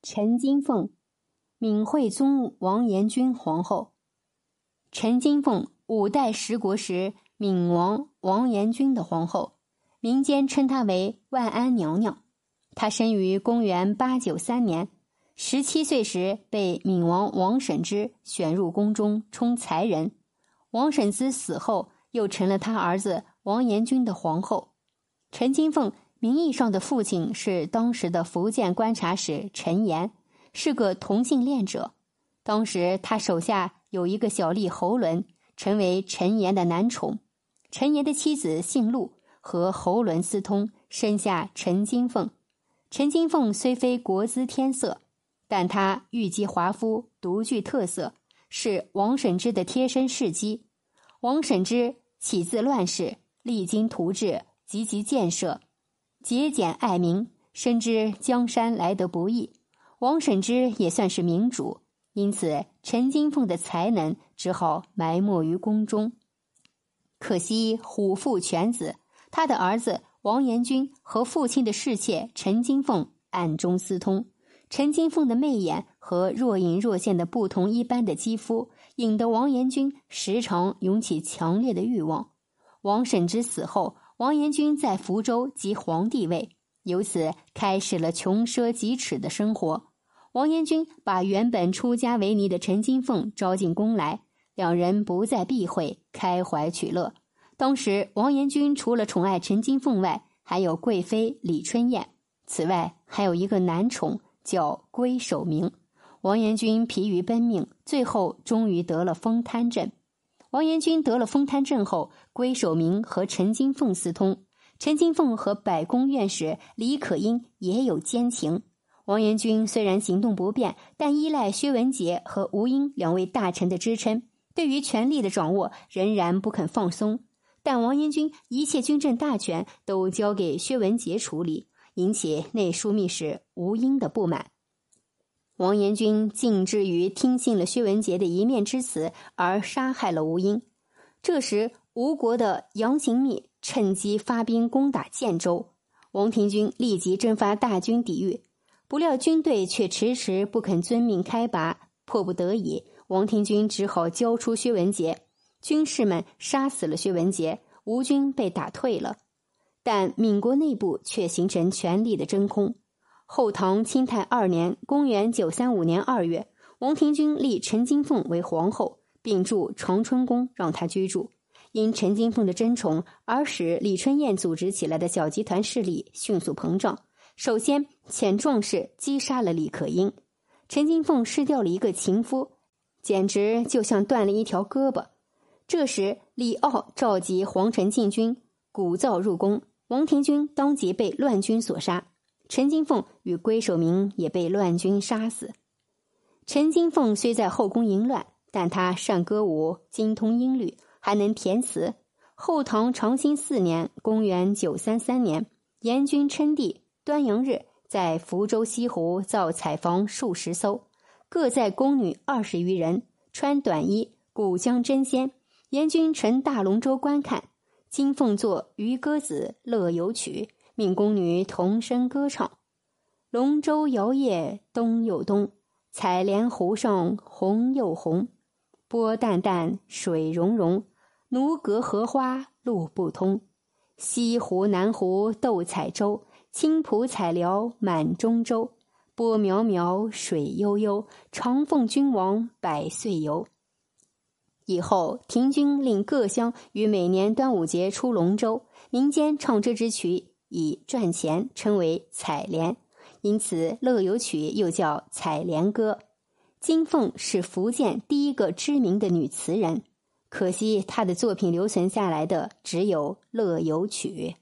陈金凤，闵惠宗王延君皇后。陈金凤，五代十国时闵王王延君的皇后，民间称她为万安娘娘。她生于公元893年，17岁时被闵王王审知选入宫中充才人。王审知死后，又成了他儿子王延君的皇后。陈金凤名义上的父亲是当时的福建观察使陈岩，是个同性恋者。当时他手下有一个小吏侯伦，成为陈岩的男宠。陈岩的妻子姓陆，和侯伦私通，生下陈金凤。陈金凤虽非国姿天色，但她玉肌华肤，独具特色，是王审知的贴身侍姬。王审知起自乱世，励精图治，积极建设，节俭爱民，深知江山来得不易。王审知也算是明主，因此陈金凤的才能只好埋没于宫中。可惜虎父犬子，他的儿子王延君和父亲的侍妾陈金凤暗中私通。陈金凤的媚眼和若隐若现的不同一般的肌肤，引得王延君时常涌起强烈的欲望。王审知死后，王延君在福州即皇帝位，由此开始了穷奢极侈的生活。王延君把原本出家为尼的陈金凤招进宫来，两人不再避讳，开怀取乐。当时王延君除了宠爱陈金凤外，还有贵妃李春燕，此外还有一个男宠叫归守明。王延君疲于奔命，最后终于得了风瘫症。王延君得了风瘫症后，归守明和陈金凤私通。陈金凤和百宫院使李可英也有奸情。王延君虽然行动不便，但依赖薛文杰和吴英两位大臣的支撑，对于权力的掌握仍然不肯放松。但王延君一切军政大权都交给薛文杰处理，引起内枢密使吴英的不满。王延君竟至于听信了薛文杰的一面之词，而杀害了吴英。这时吴国的杨行密趁机发兵攻打建州，王廷钧立即征发大军抵御，不料军队却迟迟不肯遵命开拔，迫不得已，王廷钧只好交出薛文杰。军士们杀死了薛文杰，吴军被打退了。但闽国内部却形成权力的真空。后唐清泰2年公元935年2月，王廷钧立陈金凤为皇后，并筑长春宫让她居住。因陈金凤的争宠，而使李春燕组织起来的小集团势力迅速膨胀。首先遣壮士击杀了李可英，陈金凤失掉了一个情夫，简直就像断了一条胳膊。这时李鏊召集皇城禁军，鼓噪入宫，王廷钧当即被乱军所杀，陈金凤与归守明也被乱军杀死。陈金凤虽在后宫淫乱，但她善歌舞，精通音律，还能填词。后唐长兴4年公元933年，严君称帝端阳日，在福州西湖造彩房数十艘，各载宫女20余人，穿短衣，鼓将争先。严君乘大龙舟观看，金凤作渔歌子乐游曲，命宫女同声歌唱。龙舟摇曳东又东，采莲湖上红又红，波淡淡水溶溶，奴隔荷花路不通。西湖南湖斗彩舟，青浦彩寮满中州。波渺渺水悠悠，长凤君王百岁游。以后廷钧令各乡于每年端午节出龙舟，民间唱这支曲以赚钱，称为采莲，因此乐游曲又叫采莲歌。金凤是福建第一个知名的女词人，可惜她的作品留存下来的只有乐游曲。